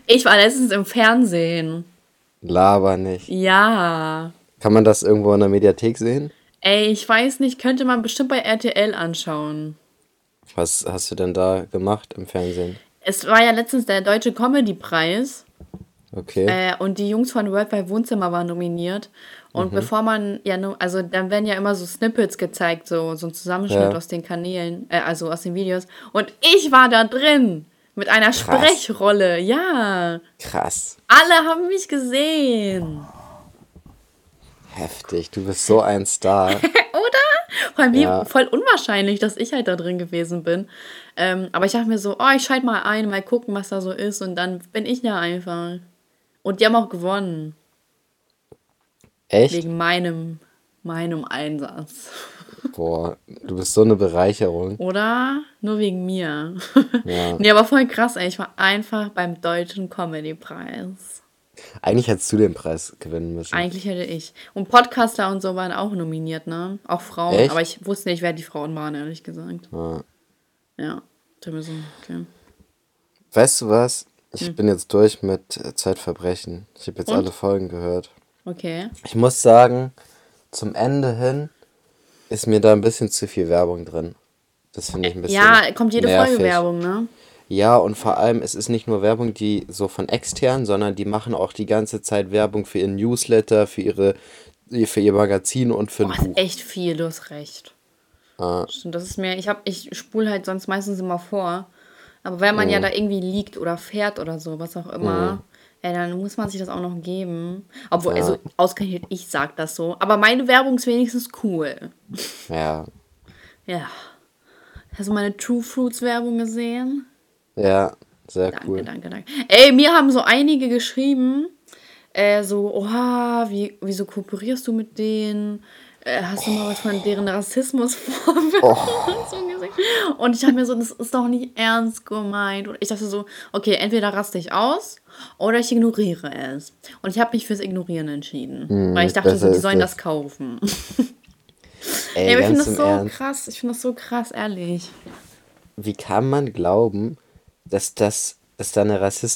Ich war letztens im Fernsehen. Laber nicht. Ja. Kann man das irgendwo in der Mediathek sehen? Ey, ich weiß nicht, könnte man bestimmt bei RTL anschauen. Was hast du denn da gemacht im Fernsehen? Es war ja letztens der Deutsche Comedy-Preis. Okay. Und die Jungs von Worldwide Wohnzimmer waren nominiert. Und Mhm. bevor man ja, also dann werden ja immer so Snippets gezeigt, so ein Zusammenschnitt Ja. aus den Kanälen, also aus den Videos. Und ich war da drin mit einer Krass. Sprechrolle. Ja, Krass. alle haben mich gesehen. Heftig. Du bist so ein Star. Oder? Vor allem wie Ja. voll unwahrscheinlich, dass ich halt da drin gewesen bin. Aber ich dachte mir so, oh, ich schalte mal ein, mal gucken, was da so ist. Und dann bin ich da einfach. Und die haben auch gewonnen. Echt? Wegen meinem Einsatz. Boah, du bist so eine Bereicherung. Oder? Nur wegen mir. Ja. Nee, aber voll krass, ey. Ich war einfach beim Deutschen Comedy-Preis. Eigentlich hättest du den Preis gewinnen müssen. Eigentlich hätte ich. Und Podcaster und so waren auch nominiert, ne? Auch Frauen. Aber Echt? ich wusste nicht, wer die Frauen waren, ehrlich gesagt. Ja. Ja. Da mir so, okay. Weißt du was? Ich bin jetzt durch mit Zeitverbrechen. Ich habe jetzt alle Und? Folgen gehört. Okay. Ich muss sagen, zum Ende hin ist mir da ein bisschen zu viel Werbung drin. Das finde ich ein bisschen Ja, kommt jede Folge nervig. Werbung, ne? Ja, und vor allem, es ist nicht nur Werbung, die so von extern, sondern die machen auch die ganze Zeit Werbung für ihren Newsletter, für ihr Magazin und für Boah, ein ist Buch. echt viel, du hast recht. Ah, Stimmt, das ist mir, ich spule halt sonst meistens immer vor. Aber wenn man ja da irgendwie liegt oder fährt oder so, was auch immer, ja, dann muss man sich das auch noch geben. Obwohl, ja, also ausgerechnet ich sag das so. Aber meine Werbung ist wenigstens cool. ja, Ja. Hast du meine True Fruits Werbung gesehen? ja, sehr Danke, cool. danke, danke. Ey, mir haben so einige geschrieben, so, oha, wieso kooperierst du mit denen? Hast du mal was von deren Rassismus vorwürfen und so gesehen? Und ich dachte mir so, das ist doch nicht ernst gemeint. Und ich dachte so, okay, entweder raste ich aus oder ich ignoriere es. Und ich habe mich fürs Ignorieren entschieden. Weil ich dachte so, Besser die ist sollen das das. kaufen. Ey, Ja, aber ich finde ganz das im so Ernst, krass. Ich finde das so krass, ehrlich. wie kann man glauben, dass da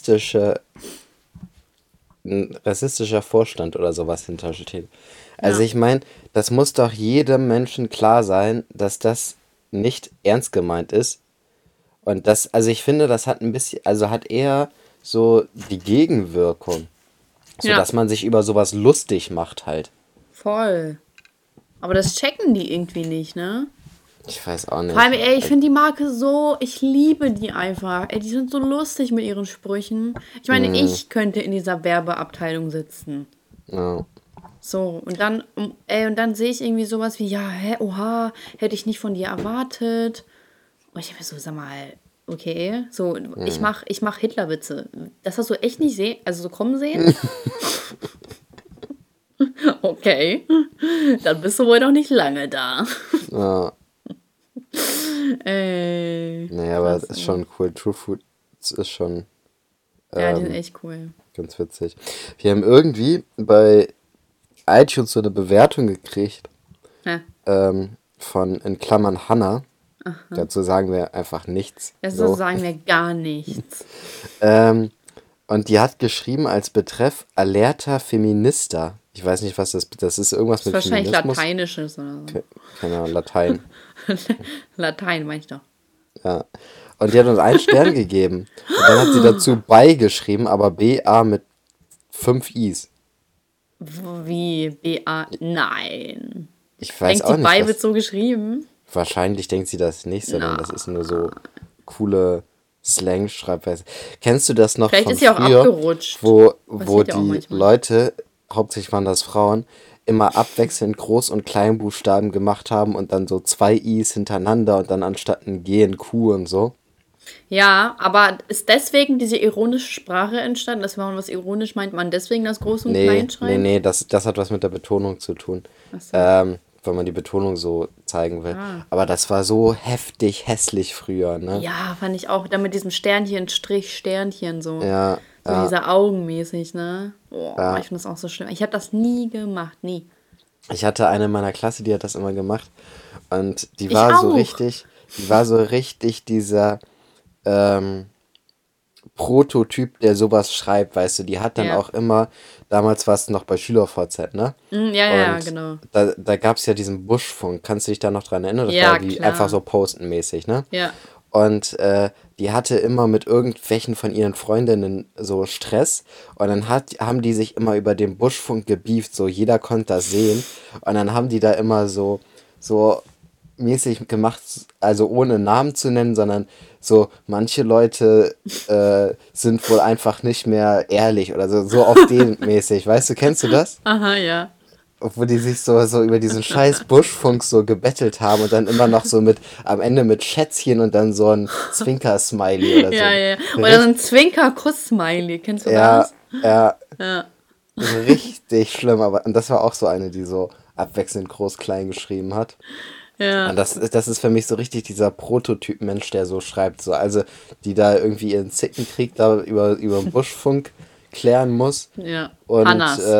ein rassistischer Vorstand oder sowas hintersteht? Also Ja. ich meine, das muss doch jedem Menschen klar sein, dass das nicht ernst gemeint ist. Und das, also ich finde, das hat ein bisschen, also hat eher so die Gegenwirkung, so Ja, dass man sich über sowas lustig macht halt. voll. Aber das checken die irgendwie nicht, ne? Ich weiß auch Vor allem, nicht. ey, ich finde die Marke so, ich liebe die einfach. Ey, die sind so lustig mit ihren Sprüchen. Ich meine, ich könnte in dieser Werbeabteilung sitzen. Ja. So, und dann sehe ich irgendwie sowas wie, ja, hä, oha, hätte ich nicht von dir erwartet. Und ich denke mir so, sag mal, okay, so, ich mach Hitlerwitze. Das hast du echt nicht sehen, also so kommen sehen? Okay, dann bist du wohl noch nicht lange da. Ja. Naja, aber Krass, das ist ey. schon cool. True Food ist schon Ja, die sind ähm, echt cool. ganz witzig. Wir haben irgendwie bei iTunes so eine Bewertung gekriegt Ja, von in Klammern Hannah. Dazu sagen wir einfach nichts. das So. sagen wir gar nichts. Ähm, und die hat geschrieben als Betreff Alerta Feminista. Ich weiß nicht, was das ist. Irgendwas Das ist mit wahrscheinlich Feminismus. Lateinisches oder so. Keine Ahnung, Latein. Latein, meine ich doch. Ja. Und die hat uns einen Stern gegeben. Und dann hat sie dazu beigeschrieben, aber BA mit 5 Is. Wie BA? Nein. Ich weiß Denkt sie auch nicht, bei wird was. so geschrieben? Wahrscheinlich denkt sie das nicht, sondern das Na. ist nur so coole Slang-Schreibweise. Kennst du das noch Vielleicht von ist sie auch früher, abgerutscht. wo Passiert ja auch die manchmal. Leute, hauptsächlich waren das Frauen, immer abwechselnd Groß- und Kleinbuchstaben gemacht haben und dann so 2 Is hintereinander und dann anstatt ein G ein Q und so? Ja, aber ist deswegen diese ironische Sprache entstanden, dass wenn man was ironisch meint, man deswegen das Groß und Klein schreibt? Nee, das hat was mit der Betonung zu tun. Ach so. Wenn man die Betonung so zeigen will. Ah. Aber das war so heftig hässlich früher, ne? Ja, fand ich auch. Dann mit diesem Sternchen, Strich, Sternchen so. Ja, So ja, dieser Augenmäßig, ne? Boah, ja. ich finde das auch so schlimm. Ich habe das nie gemacht, nie. Ich hatte eine in meiner Klasse, die hat das immer gemacht. Und Ich auch. die war so richtig dieser, ähm, Prototyp, der sowas schreibt, weißt du, die hat dann Ja. auch immer, damals war es noch bei SchülerVZ, ne? Ja, ja, Und genau. da gab es ja diesen Buschfunk, kannst du dich da noch dran erinnern? Das war ja Ja, die einfach klar. so postenmäßig, ne? Ja. Und die hatte immer mit irgendwelchen von ihren Freundinnen so Stress und dann haben die sich immer über den Buschfunk gebieft, so jeder konnte das sehen und dann haben die da immer so mäßig gemacht, also ohne Namen zu nennen, sondern so manche Leute sind wohl einfach nicht mehr ehrlich oder so auf den mäßig, weißt du, kennst du das? Aha, ja. Obwohl die sich so über diesen scheiß Buschfunk so gebettelt haben und dann immer noch so am Ende mit Schätzchen und dann so ein Zwinker-Smiley oder Ja, so. ja, ja. Oder so Richt, ein Zwinker-Kuss-Smiley. Kennst du ja, das? ja, Ja. richtig schlimm, aber und das war auch so eine, die so abwechselnd groß-klein geschrieben hat. Und Ja. das ist für mich so richtig dieser Prototyp Mensch, der so schreibt, so, also die da irgendwie ihren Zickenkrieg da über den Buschfunk klären muss Ja. und Hannas.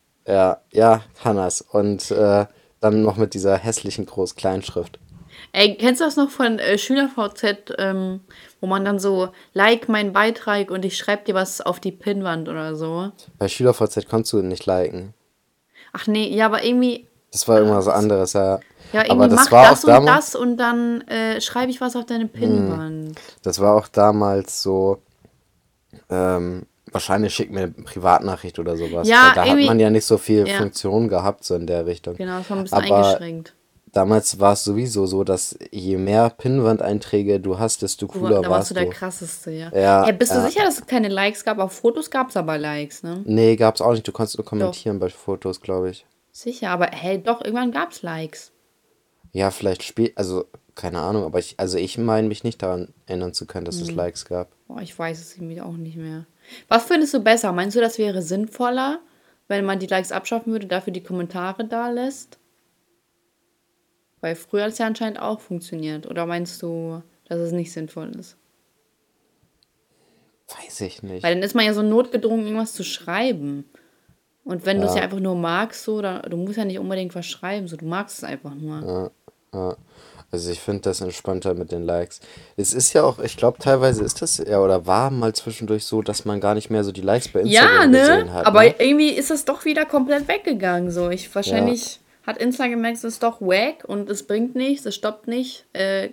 ja, Hannas und dann noch mit dieser hässlichen Groß-Kleinschrift. Ey, kennst du das noch von SchülerVZ, wo man dann so, like meinen Beitrag und ich schreib dir was auf die Pinnwand oder so? Bei SchülerVZ konntest du nicht liken. Ach nee, ja, aber irgendwie, Das war irgendwas anderes, ja. ja, Aber irgendwie das mach war auch das damals, und dann schreibe ich was auf deine Pinnwand. das war auch damals so, wahrscheinlich schickt mir eine Privatnachricht oder sowas, weil Ja, da hat man irgendwie, ja nicht so viel ja, Funktion gehabt, so in der Richtung. genau, das war ein bisschen Aber eingeschränkt. damals war es sowieso so, dass je mehr Pinnwand-Einträge du hast, desto cooler Da warst du warst der du. krasseste, ja. Hey, Ja, bist du ja. sicher, dass es keine Likes gab? Auf Fotos gab es aber Likes, ne? Nee, gab's auch nicht. Du konntest nur Doch, kommentieren bei Fotos, glaube ich. sicher, aber hey, doch, irgendwann gab es Likes. Ja, vielleicht also keine Ahnung, aber ich meine mich nicht daran erinnern zu können, dass es Likes gab. Boah, ich weiß es irgendwie auch nicht mehr. Was findest du besser? Meinst du, das wäre sinnvoller, wenn man die Likes abschaffen würde, dafür die Kommentare da lässt? Weil früher hat es ja anscheinend auch funktioniert. Oder meinst du, dass es nicht sinnvoll ist? Weiß ich Weil nicht. dann ist man ja so notgedrungen, irgendwas zu schreiben. Und wenn du es ja Ja, einfach nur magst, so, du musst ja nicht unbedingt was schreiben, so, du magst es einfach nur. ja. Also ich finde das entspannter mit den Likes. Es ist ja auch, ich glaube teilweise ist das ja oder war mal zwischendurch so, dass man gar nicht mehr so die Likes bei Ja, Instagram ne? gesehen hat, ne? Aber irgendwie ist das doch wieder komplett weggegangen. So, Ja, wahrscheinlich hat Instagram gemerkt, es ist doch wack und es bringt nichts, es stoppt nicht.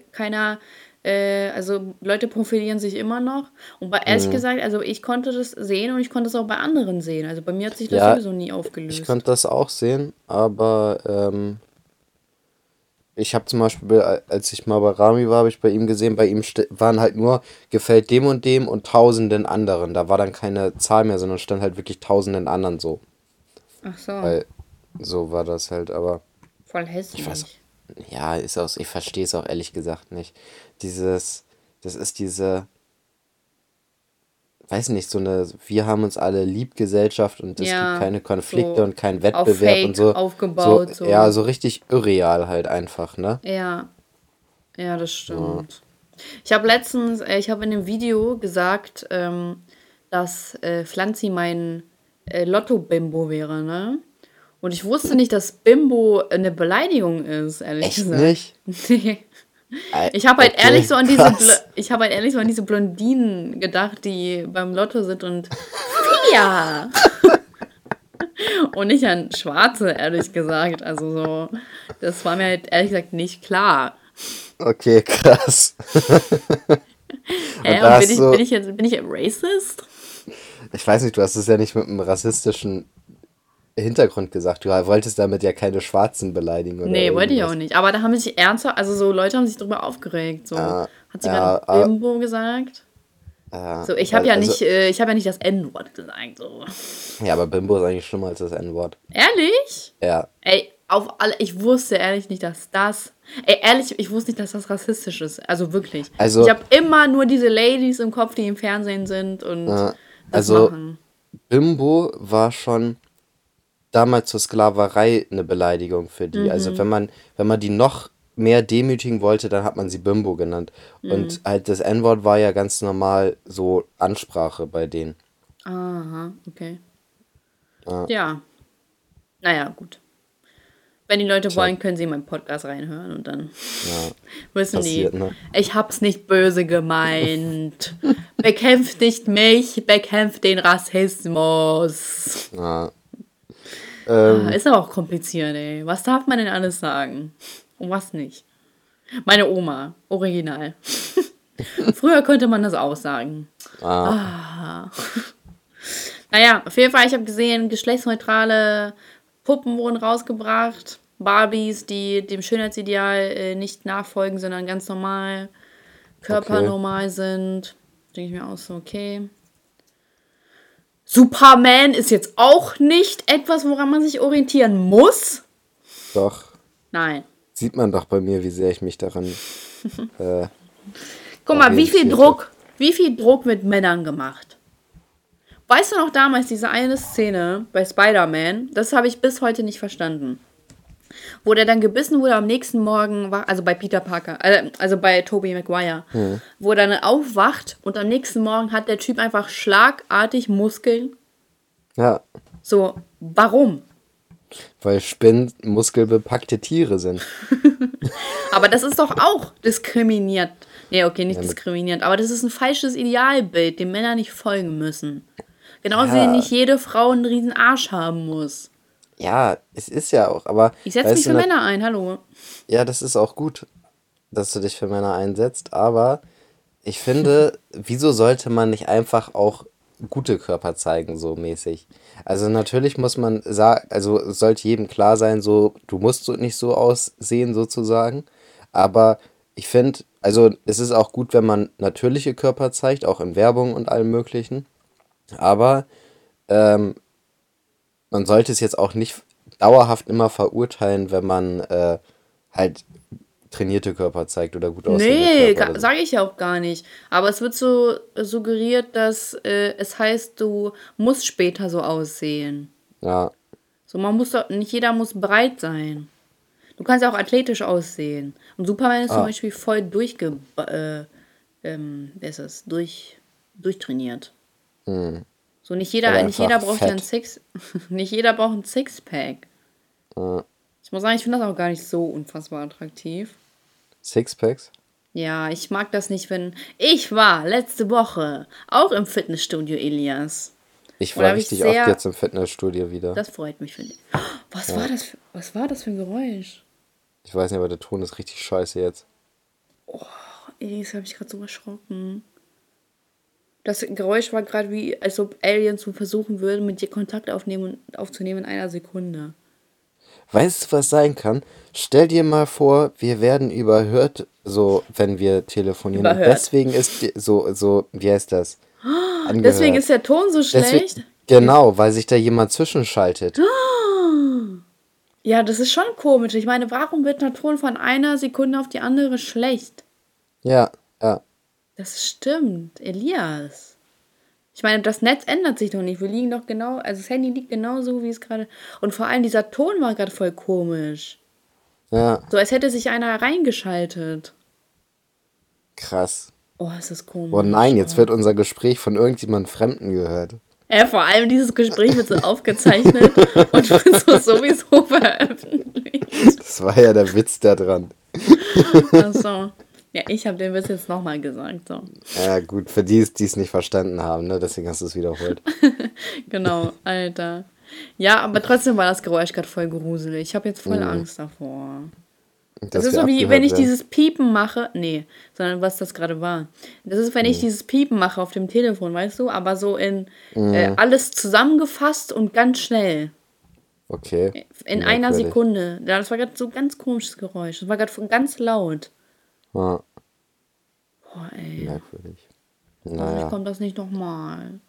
Also Leute profilieren sich immer noch. Und ehrlich gesagt, also ich konnte das sehen und ich konnte es auch bei anderen sehen. Also bei mir hat sich das ja, sowieso nie ich aufgelöst. konnte das auch sehen, aber ich habe zum Beispiel, als ich mal bei Rami war, habe ich bei ihm gesehen, bei ihm waren halt nur gefällt dem und tausenden anderen. Da war dann keine Zahl mehr, sondern stand halt wirklich tausenden anderen so. Ach so, Weil so war das halt, aber voll ich weiß, hässlich. ja, ich verstehe es auch ehrlich gesagt nicht. Dieses, das ist diese, weiß nicht, so eine, wir haben uns alle lieb Gesellschaft und es gibt Ja, keine Konflikte so und keinen auf Wettbewerb und Fake so. So, aufgebaut, ja, so. so richtig irreal halt einfach, ne? Ja, ja, das Ja. stimmt. Ich habe letztens, ich habe in dem Video gesagt, dass Pflanzi mein Lotto-Bimbo wäre, ne? Und ich wusste nicht, dass Bimbo eine Beleidigung ist, ehrlich Echt gesagt. nicht? Nee. Ich habe halt ehrlich Okay, so an krass. ich habe halt ehrlich so an diese Blondinen gedacht, die beim Lotto sind und Fia! Und nicht an Schwarze, ehrlich gesagt. Also so, das war mir halt ehrlich gesagt nicht klar. Okay, krass. Und Hä? da Und hast du, bin ich racist? ich weiß nicht, du hast es ja nicht mit einem rassistischen Hintergrund gesagt. Du wolltest damit ja keine Schwarzen beleidigen oder Nee, wollte ich auch irgendwas. nicht. Aber da haben sich ernsthaft, also so Leute haben sich drüber aufgeregt. So, Ja, hat sie gerade ja, Bimbo gesagt? So, also, ich habe ja nicht das N-Wort gesagt. So. ja, aber Bimbo ist eigentlich schlimmer als das N-Wort. Ehrlich? Ja, Ey, ich wusste ehrlich nicht, dass das. Ey, ehrlich, ich wusste nicht, dass das rassistisch ist. Also wirklich. Ich also, habe immer nur diese Ladies im Kopf, die im Fernsehen sind und das also machen. Bimbo war schon damals zur Sklaverei eine Beleidigung für die. Also wenn man die noch mehr demütigen wollte, dann hat man sie Bimbo genannt. Und halt das N-Wort war ja ganz normal so Ansprache bei denen. Aha, okay. Ja, naja, gut. Wenn die Leute Tja, wollen, können sie in meinen Podcast reinhören und dann ja, wissen die, passiert, ne? ich hab's nicht böse gemeint. Bekämpft nicht mich, bekämpft den Rassismus. Ja. Ist aber auch kompliziert, ey. Was darf man denn alles sagen? Und was nicht? Meine Oma, original. Früher konnte man das auch sagen. Naja, auf jeden Fall, ich habe gesehen, geschlechtsneutrale Puppen wurden rausgebracht. Barbies, die dem Schönheitsideal nicht nachfolgen, sondern ganz normal, körpernormal sind. Denke ich mir auch so, okay. Superman ist jetzt auch nicht etwas, woran man sich orientieren muss. Doch. Nein. Sieht man doch bei mir, wie sehr ich mich daran Guck mal, wie viel orientiert Druck wird Männern gemacht. Weißt du noch damals diese eine Szene bei Spider-Man? Das habe ich bis heute nicht verstanden. Wo der dann gebissen wurde am nächsten Morgen, also bei Peter Parker, also bei Tobey Maguire, wo er dann aufwacht und am nächsten Morgen hat der Typ einfach schlagartig Muskeln. Ja, So, warum? weil Spinnen muskelbepackte Tiere sind. Aber das ist doch auch diskriminiert. Nee, okay, nicht diskriminierend, aber das ist ein falsches Idealbild, dem Männer nicht folgen müssen. Genauso wie nicht jede Frau einen riesen Arsch haben muss. Ja, es ist ja auch, aber... Ich setze mich für Männer ein, hallo. Ja, das ist auch gut, dass du dich für Männer einsetzt, aber ich finde, wieso sollte man nicht einfach auch gute Körper zeigen, so mäßig? Also natürlich muss man sagen, also es sollte jedem klar sein, so, du musst so nicht so aussehen sozusagen, aber ich finde, also es ist auch gut, wenn man natürliche Körper zeigt, auch in Werbung und allem möglichen, aber man sollte es jetzt auch nicht dauerhaft immer verurteilen, wenn man halt trainierte Körper zeigt oder gut aussehende Körper. Nee, sage ich ja auch gar nicht. Aber es wird so suggeriert, dass es heißt, du musst später so aussehen. Ja. So, man muss doch, nicht jeder muss breit sein. Du kannst ja auch athletisch aussehen. Und Superman ist zum Beispiel voll durchtrainiert. So, nicht jeder braucht ja nicht jeder braucht ein Sixpack. Ich muss sagen, ich finde das auch gar nicht so unfassbar attraktiv. Sixpacks? Ja, ich mag das nicht, wenn... Ich war letzte Woche auch im Fitnessstudio, Elias. Ich war richtig oft jetzt im Fitnessstudio wieder. Das freut mich für dich. Was war das für ein Geräusch? Ich weiß nicht, aber der Ton ist richtig scheiße jetzt. Oh, Elias, habe ich gerade so erschrocken. Das Geräusch war gerade wie, als ob Aliens so versuchen würden, mit dir Kontakt aufzunehmen in einer Sekunde. Weißt du, was sein kann? Stell dir mal vor, wir werden überhört, so, wenn wir telefonieren. Und deswegen ist so, wie heißt das? Angehört. Deswegen ist der Ton so schlecht? Genau, weil sich da jemand zwischenschaltet. Ja, das ist schon komisch. Ich meine, warum wird der Ton von einer Sekunde auf die andere schlecht? Ja. Das stimmt, Elias. Ich meine, das Netz ändert sich doch nicht. Wir liegen doch genau, also das Handy liegt genauso, wie es gerade... Und vor allem dieser Ton war gerade voll komisch. Ja. So, als hätte sich einer reingeschaltet. Krass. Oh, ist das komisch. Oh nein, jetzt wird unser Gespräch von irgendjemandem Fremden gehört. Vor allem dieses Gespräch wird so aufgezeichnet und wird so sowieso veröffentlicht. Das war ja der Witz da dran. Ach so. Ja, ich habe den Witz jetzt nochmal gesagt. So. Ja, gut, für die es nicht verstanden haben, ne? Deswegen hast du es wiederholt. Genau, Alter. Ja, aber trotzdem war das Geräusch gerade voll gruselig. Ich habe jetzt voll Angst davor. Das ist so wie, wenn ich dieses Piepen mache. Nee, sondern was das gerade war. Das ist, wenn ich dieses Piepen mache auf dem Telefon, weißt du? Aber so in alles zusammengefasst und ganz schnell. Okay. In einer Sekunde. Ja, das war gerade so ein ganz komisches Geräusch. Das war gerade ganz laut. Ja. Boah, ey. Merkwürdig. Naja. Hoffentlich kommt das nicht nochmal.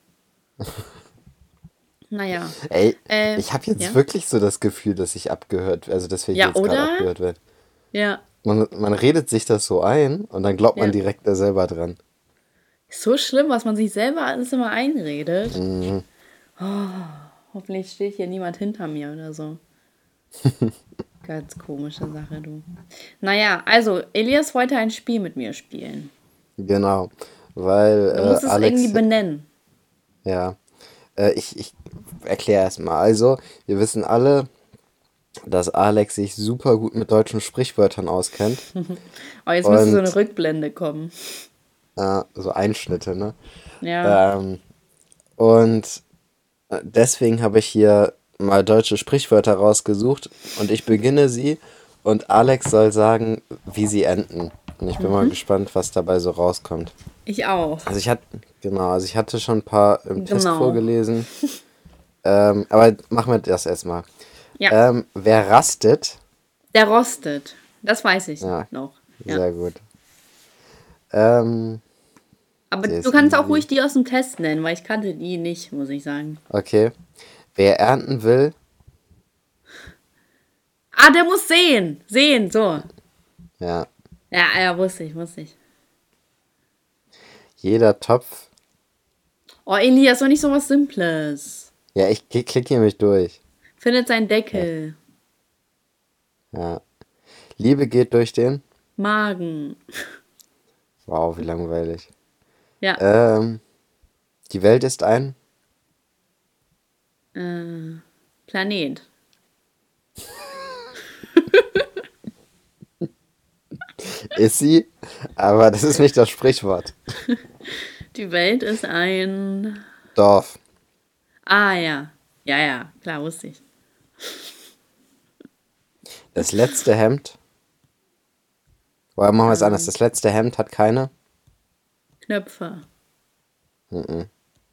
Naja. Ey, ich habe jetzt wirklich so das Gefühl, dass ich abgehört, also dass wir jetzt gerade abgehört werden. Ja. Man redet sich das so ein und dann glaubt man direkt da selber dran. So schlimm, was man sich selber alles immer einredet. Oh, hoffentlich steht hier niemand hinter mir oder so. Ganz komische Sache, du. Naja, also, Elias wollte ein Spiel mit mir spielen. Genau, weil du musst es irgendwie benennen. Ja, ich erkläre es mal. Also, wir wissen alle, dass Alex sich super gut mit deutschen Sprichwörtern auskennt. Oh, jetzt müsste so eine Rückblende kommen. so Einschnitte, ne? Ja. Ähm, und deswegen habe ich hier mal deutsche Sprichwörter rausgesucht und ich beginne sie und Alex soll sagen, wie sie enden. Und ich bin mal Mhm. gespannt, was dabei so rauskommt. Ich auch. Also ich hatte schon ein paar im Test Genau. vorgelesen, aber machen wir das erstmal. Ja. Wer rastet, Der rostet. Das weiß ich ja, noch. Ja. sehr gut. Ähm, Aber der du ist kannst auch easy. ruhig die aus dem Test nennen, weil ich kannte die nicht, muss ich sagen. Okay. Wer ernten will, Ah, der muss sehen. Sehen, so. ja, Ja, ja, wusste ich. jeder Topf, Oh, Elias, doch nicht so was Simples. ja, ich klick hier mich durch. Findet seinen Ja, Deckel. ja. Liebe geht durch den, Magen. wow, wie langweilig. Ja. Ähm, die Welt ist ein, Äh, Planet. ist sie, aber das ist nicht das Sprichwort. Die Welt ist ein. Dorf. Ah, ja. Ja, ja, klar, wusste ich. Das letzte Hemd, oder machen wir es anders, Ähm, das letzte Hemd hat keine. Knöpfe. Mhm.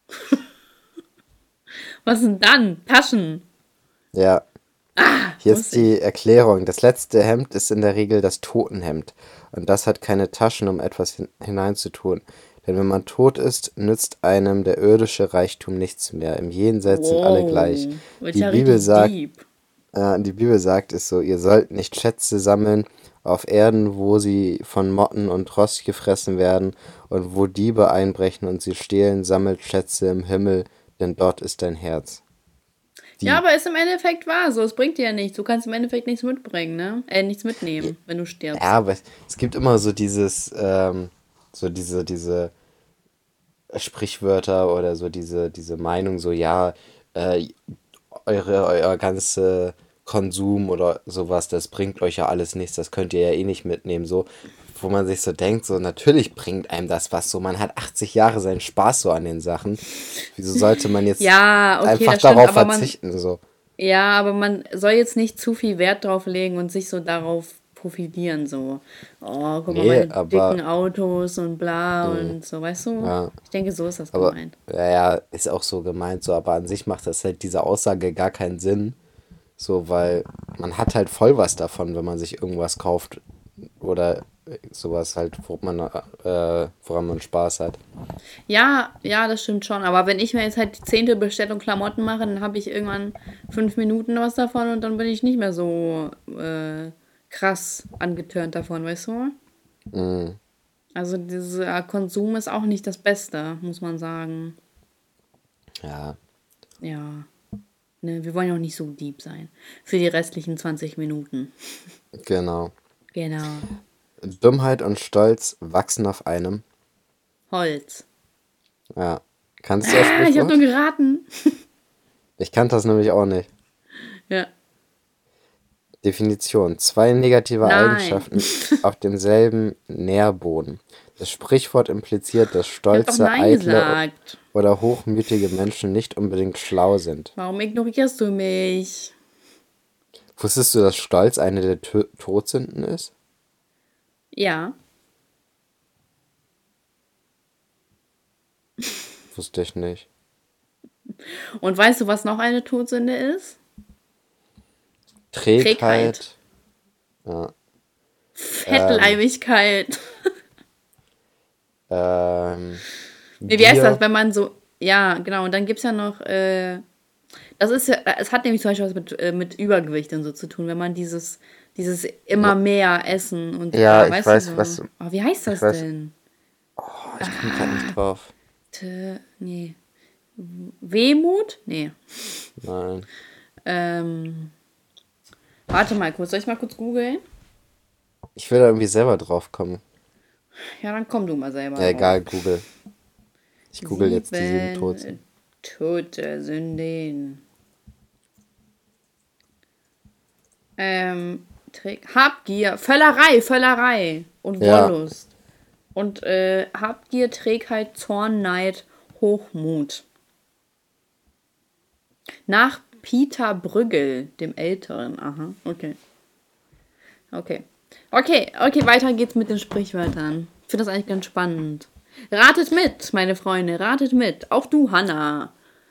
Was denn dann? Taschen. Ja, hier ist Wusste ich. die Erklärung. Das letzte Hemd ist in der Regel das Totenhemd. Und das hat keine Taschen, um etwas hineinzutun. Denn wenn man tot ist, nützt einem der irdische Reichtum nichts mehr. Im Jenseits sind alle gleich. Wow. Wird Die ja Bibel richtig sagt, deep. die Bibel sagt es so, ihr sollt nicht Schätze sammeln auf Erden, wo sie von Motten und Rost gefressen werden und wo Diebe einbrechen und sie stehlen, sammelt Schätze im Himmel, denn dort ist dein Herz. Ja, Dieb. aber ist im Endeffekt wahr. So, es bringt dir ja nichts. Du kannst im Endeffekt nichts mitbringen, ne? Nichts mitnehmen, wenn du Ja, stirbst. aber es gibt immer so diese Sprichwörter oder so diese Meinung, so, ja, äh, euer ganze Konsum oder sowas, das bringt euch ja alles nichts, das könnt ihr ja eh nicht mitnehmen, so, wo man sich so denkt, so, natürlich bringt einem das was, so, man hat 80 Jahre seinen Spaß so an den Sachen, wieso sollte man jetzt Ja, okay, einfach das stimmt, darauf aber man, verzichten, so, ja, aber man soll jetzt nicht zu viel Wert drauf legen und sich so darauf profilieren, so. Oh, guck mal, nee, meine dicken aber, Autos und bla mh, und so, weißt du? ja. Ich denke, so ist das Aber, gemeint. ja, ja, ist auch so gemeint, so, aber an sich macht das halt diese Aussage gar keinen Sinn. So, weil man hat halt voll was davon, wenn man sich irgendwas kauft oder sowas halt, woran man Spaß hat. Ja, ja, das stimmt schon. Aber wenn ich mir jetzt halt die 10. Bestellung Klamotten mache, dann habe ich irgendwann 5 Minuten was davon und dann bin ich nicht mehr so krass angetörnt davon, weißt du? Mm, Also dieser Konsum ist auch nicht das Beste, muss man sagen. ja, Ja, ne, wir wollen ja auch nicht so deep sein. Für die restlichen 20 Minuten. genau. Genau. Dummheit und Stolz wachsen auf einem. Holz. Ja. Kannst du das Ah, ich habe nur Sprichwort? geraten. Ich kannte das nämlich auch nicht. Ja. Definition. Zwei negative Nein. Eigenschaften auf demselben Nährboden. Das Sprichwort impliziert, dass Ich habe doch stolze, Nein eitle gesagt. oder hochmütige Menschen nicht unbedingt schlau sind. Warum ignorierst du mich? Wusstest du, dass Stolz eine der Todsünden ist? Ja. Wusste ich nicht. Und weißt du, was noch eine Todsünde ist? Trägheit. Trägheit. Ja. Ähm, Fettleibigkeit. ähm, Nee, wie heißt das, Gier. wenn man so. Ja, genau. Und dann gibt es ja noch. Das ist ja. Es hat nämlich zum Beispiel was mit Übergewicht und so zu tun, wenn man dieses immer Ja, mehr essen und ja, bla, ich weißt du weiß, so. Oh, wie heißt ich das weiß. denn? Oh, ich komme gerade nicht drauf. Nee. Wehmut? Nee. Nein. Ähm, warte mal kurz. Soll ich mal kurz googeln? Ich will da irgendwie selber drauf kommen. Ja, dann komm du mal selber Ja, egal, drauf. Google. Ich google jetzt die sieben 7 Todsünden. tote Sünden. Habgier, Völlerei und Ja, Wollust. Und Habgier, Trägheit, Zorn, Neid, Hochmut. Nach Peter Bruegel, dem Älteren. Aha, okay. Okay, weiter geht's mit den Sprichwörtern. Ich finde das eigentlich ganz spannend. Ratet mit, meine Freunde, ratet mit. Auch du, Hanna.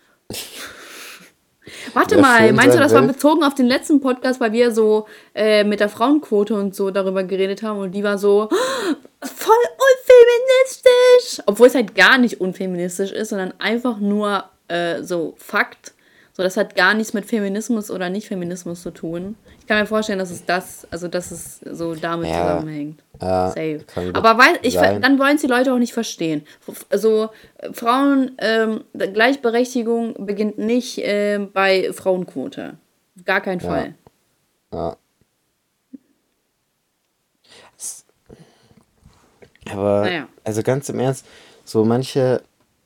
Warte mal, meinst du, das war bezogen auf den letzten Podcast, weil wir so mit der Frauenquote und so darüber geredet haben und die war so voll unfeministisch. Obwohl es halt gar nicht unfeministisch ist, sondern einfach nur so Fakt. So, das hat gar nichts mit Feminismus oder Nicht-Feminismus zu tun. Ich kann mir vorstellen, dass es so damit zusammenhängt. Safe. Aber dann wollen es die Leute auch nicht verstehen. Also Frauen, Gleichberechtigung beginnt nicht bei Frauenquote. Auf gar keinen Fall. Ja. Aber, also ganz im Ernst, so manche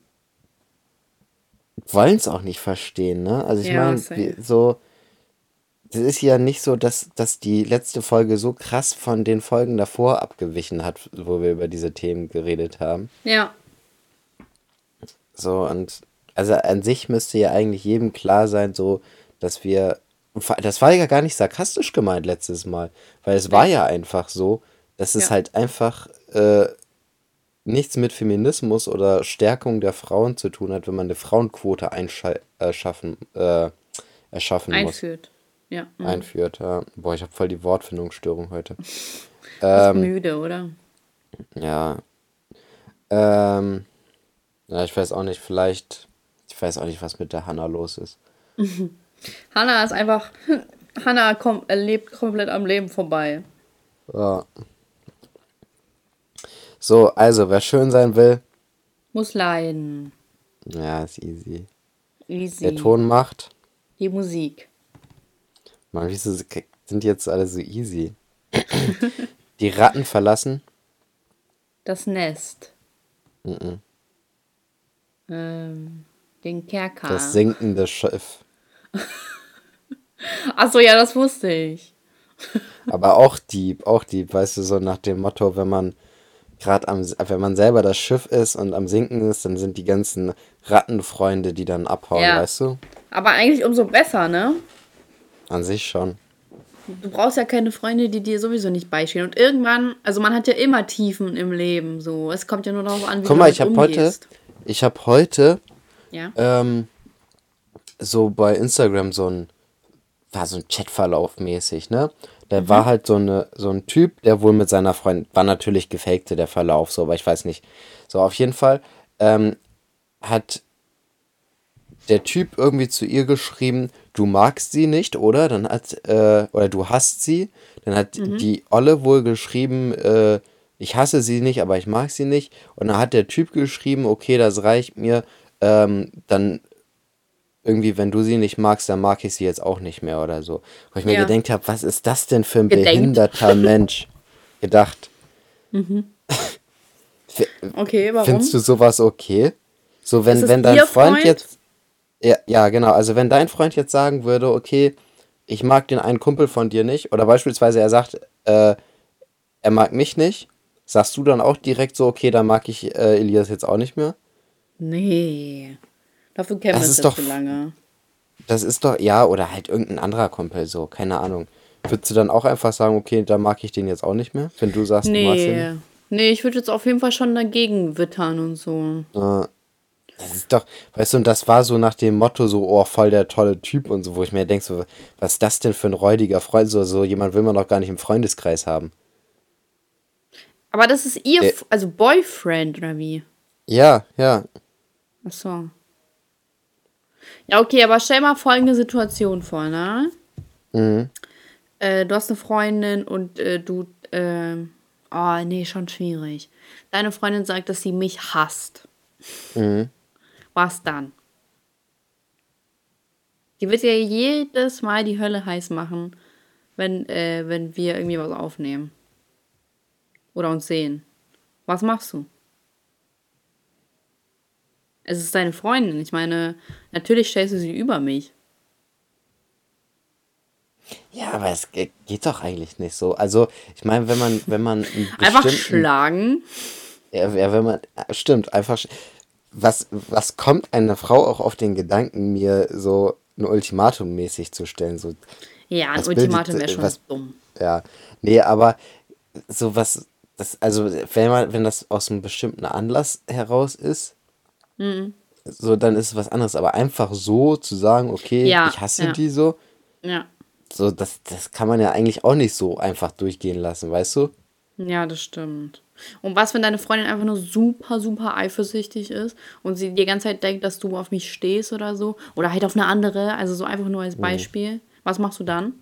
wollen es auch nicht verstehen, ne? Also ich meine, so, es ist ja nicht so, dass die letzte Folge so krass von den Folgen davor abgewichen hat, wo wir über diese Themen geredet haben. Ja. So, und also an sich müsste ja eigentlich jedem klar sein, so, dass das war ja gar nicht sarkastisch gemeint letztes Mal, weil es war ja einfach so, dass es halt einfach nichts mit Feminismus oder Stärkung der Frauen zu tun hat, wenn man eine Frauenquote erschaffen muss. Einführt. Ja. Einführt, ja. Boah, ich habe voll die Wortfindungsstörung heute. Bist müde, oder? Ja. Ja, ich weiß auch nicht, was mit der Hanna los ist. Hanna lebt komplett am Leben vorbei. Ja. So, also, wer schön sein will, muss leiden. Ja, ist easy. Easy. Der Ton macht. Die Musik. Mann, wieso sind die jetzt alle so easy? Die Ratten verlassen. Das Nest. Mhm. Den Kerker. Das sinkende Schiff. Achso, ja, das wusste ich. Aber auch Dieb, weißt du, so nach dem Motto, wenn man selber das Schiff ist und am Sinken ist, dann sind die ganzen Rattenfreunde, die dann abhauen, weißt du? Aber eigentlich umso besser, ne? An sich schon. Du brauchst ja keine Freunde, die dir sowieso nicht beistehen. Und irgendwann, also man hat ja immer Tiefen im Leben, so. Es kommt ja nur darauf an, wie du damit umgehst. Ich habe heute ja? So bei Instagram so ein Chatverlauf mäßig, ne? Da war halt so ein Typ, der wohl mit seiner Freundin, war natürlich gefakte der Verlauf, so, aber ich weiß nicht. So, auf jeden Fall hat der Typ irgendwie zu ihr geschrieben, du magst sie nicht, oder? Oder du hasst sie. Dann hat die Olle wohl geschrieben, ich hasse sie nicht, aber ich mag sie nicht. Und dann hat der Typ geschrieben, okay, das reicht mir, dann irgendwie, wenn du sie nicht magst, dann mag ich sie jetzt auch nicht mehr oder so. Wo ich mir gedacht habe, was ist das denn für ein behinderter Mensch? Gedacht. Okay, warum? Findest du sowas okay? So, wenn dein Freund jetzt... Ja, genau. Also, wenn dein Freund jetzt sagen würde, okay, ich mag den einen Kumpel von dir nicht, oder beispielsweise er sagt, er mag mich nicht, sagst du dann auch direkt so, okay, dann mag ich Elias jetzt auch nicht mehr? Nee. Dafür kennen wir uns ja zu lange. Das ist doch, ja, oder halt irgendein anderer Kumpel, so, keine Ahnung. Würdest du dann auch einfach sagen, okay, dann mag ich den jetzt auch nicht mehr, wenn du sagst, du magst ihn? Nee, ich würde jetzt auf jeden Fall schon dagegen wittern und so. Das ist doch, weißt du, und das war so nach dem Motto so, oh, voll der tolle Typ und so, wo ich mir denke, so, was ist das denn für ein räudiger Freund? So jemand will man doch gar nicht im Freundeskreis haben. Aber das ist ihr, also Boyfriend, oder wie? Ja. Ach so. Ja, okay, aber stell mal folgende Situation vor, ne? Du hast eine Freundin und schon schwierig. Deine Freundin sagt, dass sie mich hasst. Was dann? Die wird ja jedes Mal die Hölle heiß machen, wenn wir irgendwie was aufnehmen. Oder uns sehen. Was machst du? Es ist deine Freundin. Ich meine, natürlich stellst du sie über mich. Ja, aber es geht doch eigentlich nicht so. Also, ich meine, wenn man einfach schlagen. Ja, wenn man, stimmt, einfach, was kommt eine Frau auch auf den Gedanken, mir so ein Ultimatum mäßig zu stellen? So, Ja, ein was bildet, Ultimatum wäre schon was, dumm. ja, nee, aber sowas, also wenn das aus einem bestimmten Anlass heraus ist, Mhm. so, dann ist es was anderes. Aber einfach so zu sagen, okay, Ja, ich hasse ja, die so, ja. so, das kann man ja eigentlich auch nicht so einfach durchgehen lassen, weißt du? Ja, das stimmt. Und was, wenn deine Freundin einfach nur super, super eifersüchtig ist und sie die ganze Zeit denkt, dass du auf mich stehst oder so? Oder halt auf eine andere, also so einfach nur als Hm, Beispiel. Was machst du dann?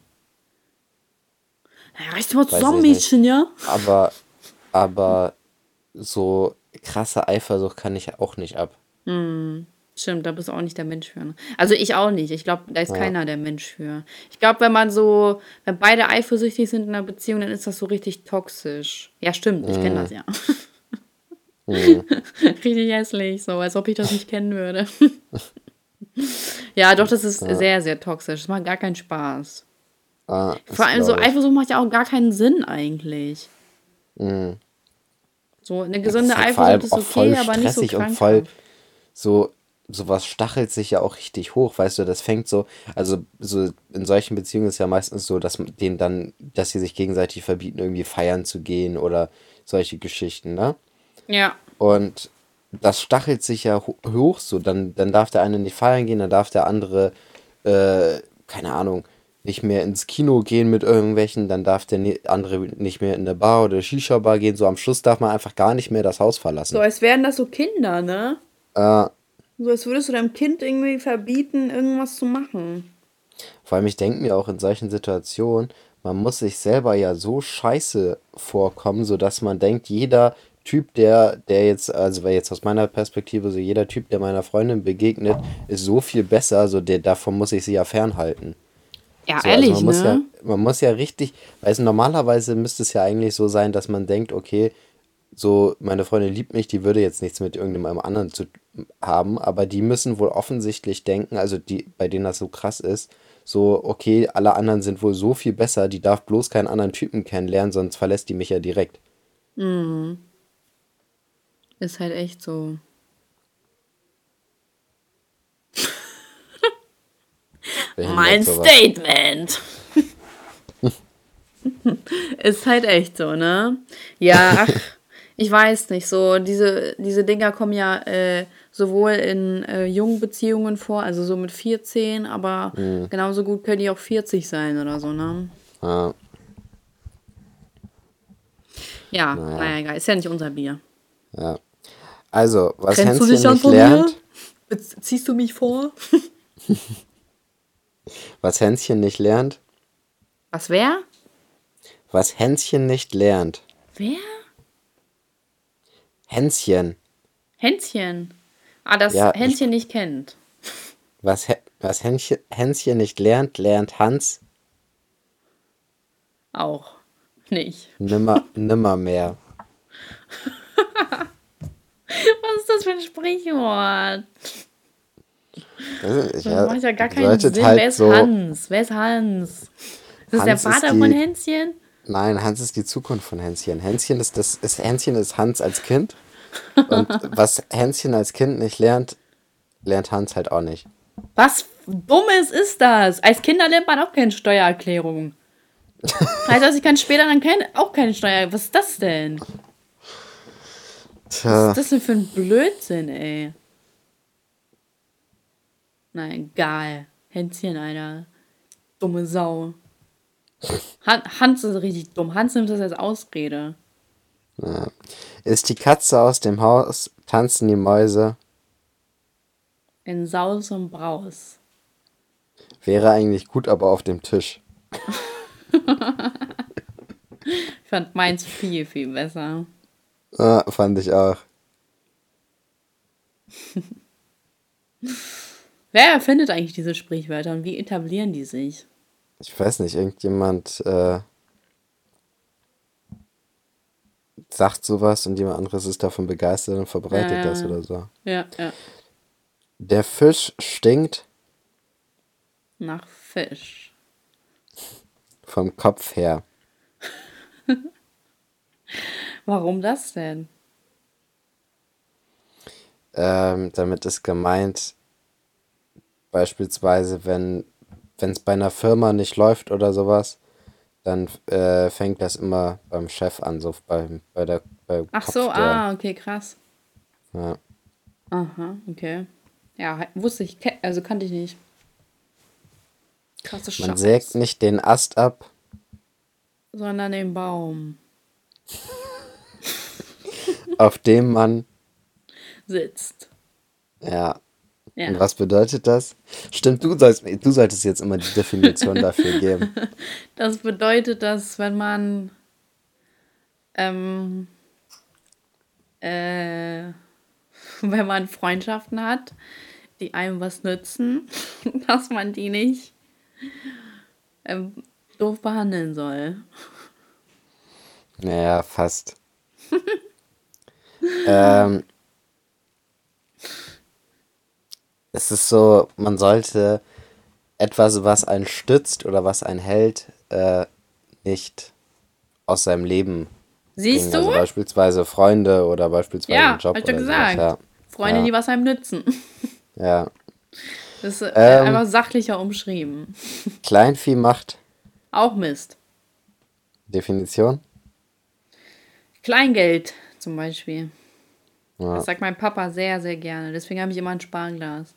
Ja, reißt mal weiß zusammen, ich nicht. Mädchen, ja? Aber, aber so krasse Eifersucht kann ich auch nicht ab. Stimmt, da bist du auch nicht der Mensch für. Ne? Also ich auch nicht. Ich glaube, da ist Ja. keiner der Mensch für. Ich glaube, wenn beide eifersüchtig sind in einer Beziehung, dann ist das so richtig toxisch. Ja, stimmt, ich kenne das Hm, ja. hm, Richtig hässlich, so als ob ich das nicht kennen würde. Ja, doch, das ist ja, sehr, sehr toxisch. Das macht gar keinen Spaß. Vor das allem so glaube ich. Eifersucht macht ja auch gar keinen Sinn eigentlich. Hm. So eine Das ist gesunde halt vor Eifersucht allem ist auch voll okay, aber nicht so stressig und voll krankhaft. so, sowas stachelt sich ja auch richtig hoch, weißt du, das fängt so, also so in solchen Beziehungen ist ja meistens so, dass denen dann, dass sie sich gegenseitig verbieten, irgendwie feiern zu gehen oder solche Geschichten, ne? Ja. Und das stachelt sich ja hoch so. Dann darf der eine nicht feiern gehen, dann darf der andere, keine Ahnung, nicht mehr ins Kino gehen mit irgendwelchen, dann darf der andere nicht mehr in eine Bar oder Shisha-Bar gehen. So am Schluss darf man einfach gar nicht mehr das Haus So verlassen. als wären das so Kinder, ne? Äh, So als würdest du deinem Kind irgendwie verbieten, irgendwas zu machen. Vor allem, ich denke mir auch in solchen Situationen, man muss sich selber ja so scheiße vorkommen, sodass man denkt, jeder Typ, der jetzt, also weil jetzt aus meiner Perspektive, so jeder Typ, der meiner Freundin begegnet, ist so viel besser, so davon muss ich sie ja fernhalten. Ja, So, also ehrlich, ne? man muss ja richtig, weil es normalerweise müsste es ja eigentlich so sein, dass man denkt, okay, so, meine Freundin liebt mich, die würde jetzt nichts mit irgendeinem anderen zu haben, aber die müssen wohl offensichtlich denken, also die, bei denen das so krass ist, so, okay, alle anderen sind wohl so viel besser, die darf bloß keinen anderen Typen kennenlernen, sonst verlässt die mich ja direkt. Ist halt echt so. Behindert Mein sowas. Statement. Ist halt echt so, ne? Ja, ach, ich weiß nicht. So, diese Dinger kommen ja sowohl in jungen Beziehungen vor, also so mit 14, aber Hm, genauso gut können die auch 40 sein oder so, ne? ja, Ja, naja, naja, egal. Ist ja nicht unser Bier. ja. Also, was Trennst du Hänschen dich dann nicht von mir? lernt, Ziehst du mich vor? was Hänschen nicht lernt, Was wer? was Hänschen nicht lernt. Wer? Hänschen, Hänschen. Ah, das ja, Hänschen nicht kennt. was Hänschen nicht lernt, lernt Hans Auch nicht. nimmer mehr. Was ist das für ein Sprichwort? Weiß ich nicht, Das ja, macht ja gar keinen bedeutet Sinn. Wer halt ist so, Hans? Wer ist Hans? Ist das der Hans ist Vater von die, Hänschen? nein, Hans ist die Zukunft von Hänschen. Hänschen ist Hans als Kind und was Hänschen als Kind nicht lernt, lernt Hans halt auch nicht. Was Dummes ist das? Als Kinder lernt man auch keine Steuererklärung. Heißt das, ich kann später dann auch keine Steuer. Was ist das denn? Was ist Tja, das denn für ein Blödsinn, ey? Na egal. Hänschen, Alter. Dumme Sau. Hans ist richtig dumm. Hans nimmt das als Ausrede. ist die Katze aus dem Haus, tanzen die Mäuse, In Saus und Braus. wäre eigentlich gut, aber auf dem Tisch. Ich fand meins viel, viel besser. Fand ich auch. Wer erfindet eigentlich diese Sprichwörter und wie etablieren die sich? Ich weiß nicht, irgendjemand sagt sowas und jemand anderes ist davon begeistert und Ja, verbreitet das ja, oder so. ja, ja. Der Fisch stinkt Nach Fisch. vom Kopf her. Warum das denn? Damit ist gemeint, beispielsweise, wenn es bei einer Firma nicht läuft oder sowas, dann fängt das immer beim Chef an, so beim Ach Kopf so, der. okay, krass. Ja. Aha, okay. Ja, wusste ich, also kannte ich nicht. Krasse Man sägt Scheiß. nicht den Ast ab, Sondern den Baum auf dem man. sitzt. Ja. Und Ja. was bedeutet das? Stimmt, du solltest jetzt immer die Definition dafür geben. Das bedeutet, dass wenn man ähm, äh, wenn man Freundschaften hat, die einem was nützen, dass man die nicht ähm, doof behandeln soll. Naja, fast. Ähm, Es ist so, man sollte etwas, was einen stützt oder was einen hält, nicht aus seinem Leben Siehst bringen. du? Also beispielsweise Freunde oder beispielsweise einen Ja, hab Job ich doch oder sowas. gesagt. Ja, Freunde, ja, die was einem nützen. ja. Das ist Ähm, einfach sachlicher umschrieben. Kleinvieh macht Auch Mist. Definition. Kleingeld zum Beispiel. Das Ja, sagt mein Papa sehr, sehr gerne. Deswegen habe ich immer ein Sparglas.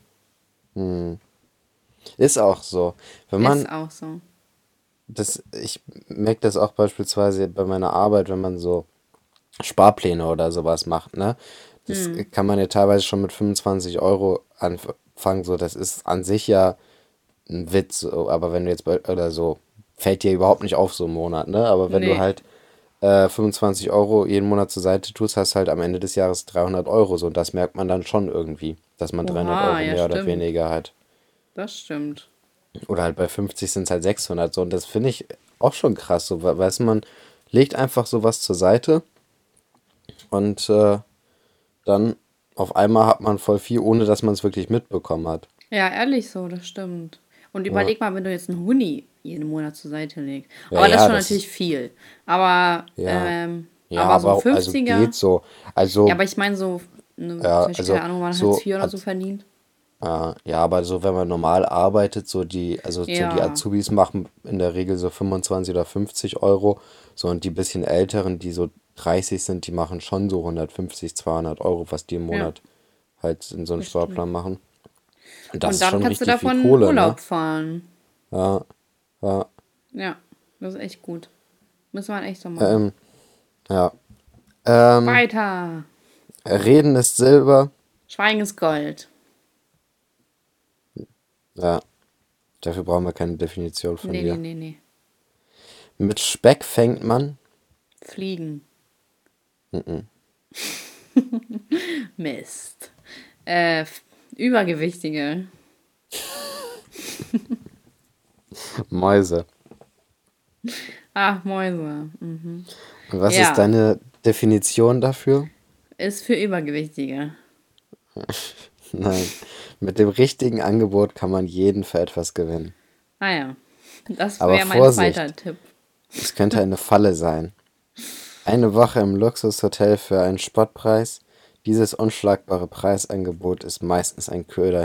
ist auch so. Wenn Ist man auch so. ich merke das auch beispielsweise bei meiner Arbeit, wenn man so Sparpläne oder sowas macht, ne? Das kann man ja teilweise schon mit 25 Euro anfangen, so, das ist an sich ja ein Witz, so, aber wenn du jetzt oder so, fällt dir überhaupt nicht auf so im Monat, ne? Aber wenn du Nee. halt 25 Euro jeden Monat zur Seite tust, hast du halt am Ende des Jahres 300 Euro, so, und das merkt man dann schon irgendwie, dass man 300 Oha, Euro ja, mehr oder stimmt. weniger hat. Das stimmt. Oder halt bei 50 sind es halt 600, so, und das finde ich auch schon krass, so, weißt du, man legt einfach sowas zur Seite und dann auf einmal hat man voll viel, ohne dass man es wirklich mitbekommen hat. Ja, ehrlich so, das stimmt. Und Ja, überleg mal, wenn du jetzt einen Huni jeden Monat zur Seite legst. ja, Aber das ist ja, schon natürlich viel. Aber, ja, ja, aber so ein aber also 50er. geht so. Ja, Also, aber ich meine so, zum ja, Beispiel, keine also Ahnung, man Hartz so IV oder so hat, verdient. ja, aber so, wenn man normal arbeitet, so die Ja, Azubis machen in der Regel so 25 oder 50 Euro, so, und die bisschen älteren, die so 30 sind, die machen schon so 150, 200 Euro, was die im ja, Monat halt in so einen das stimmt. Sparplan machen. Und das Und ist dann schon kannst du richtig viel davon in Kohle, ne? Urlaub fahren. Ja, ja, Ja, das ist echt gut. Muss man echt so machen. ähm, ja. Ähm, Weiter. Reden ist Silber. Schweigen ist Gold. Ja, dafür brauchen wir keine Definition von Nee, nee, dir. nee, nee. Mit Speck fängt man. Fliegen. Mhm. Mist. Übergewichtige. Mäuse. Ach, Mäuse. Mhm. Und was ist Ja, deine Definition dafür? ist für Übergewichtige. Nein. Mit dem richtigen Angebot kann man jeden für etwas gewinnen. Ah ja, das Aber wäre mein zweiter Vorsicht, Tipp. es könnte eine Falle sein. Eine Woche im Luxushotel für einen Spottpreis. Dieses unschlagbare Preisangebot ist meistens ein Köder,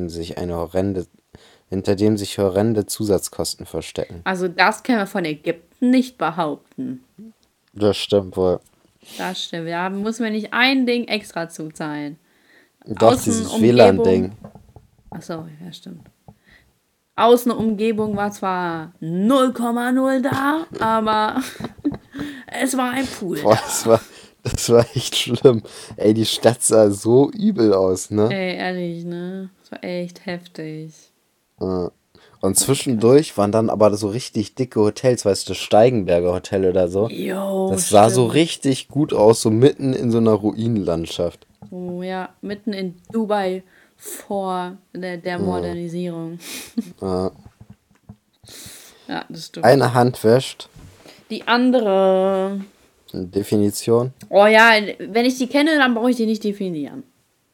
hinter dem sich horrende Zusatzkosten verstecken. Also das können wir von Ägypten nicht behaupten. Das stimmt wohl. Das stimmt. Da müssen wir nicht ein Ding extra zuzahlen. Doch, dieses Außenumgebung. WLAN-Ding. Achso, ja, stimmt. Außenumgebung war zwar 0,0 da, aber es war ein Pool Boah, da. das war echt schlimm. Ey, die Stadt sah so übel aus, ne? Ey, ehrlich, ne? Das war echt heftig. Äh, Und Das war echt krass. zwischendurch waren dann aber so richtig dicke Hotels, weißt du, Steigenberger Hotel oder so. Jo, Das sah so stimmt. richtig gut aus, so mitten in so einer Ruinenlandschaft. Oh ja, mitten in Dubai vor der Modernisierung. Äh, Ja, das stimmt. Eine Hand wäscht. Die andere. Definition. Oh ja, wenn ich die kenne, dann brauche ich die nicht definieren.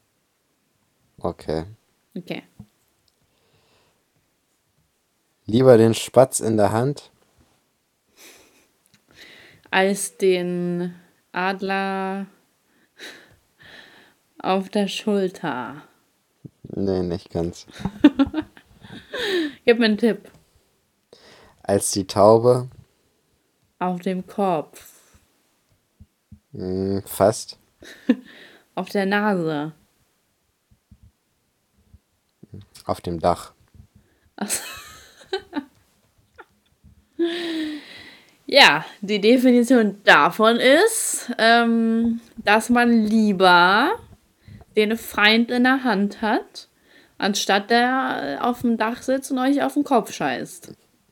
Okay. Okay. Lieber den Spatz in der Hand. Als den Adler Auf der Schulter. Nee, nicht ganz. Gib mir einen Tipp. Als die Taube, Auf dem Kopf. fast, Auf der Nase. auf dem Dach. Ja, die Definition davon ist, dass man lieber den Feind in der Hand hat, anstatt der auf dem Dach sitzt und euch auf den Kopf scheißt.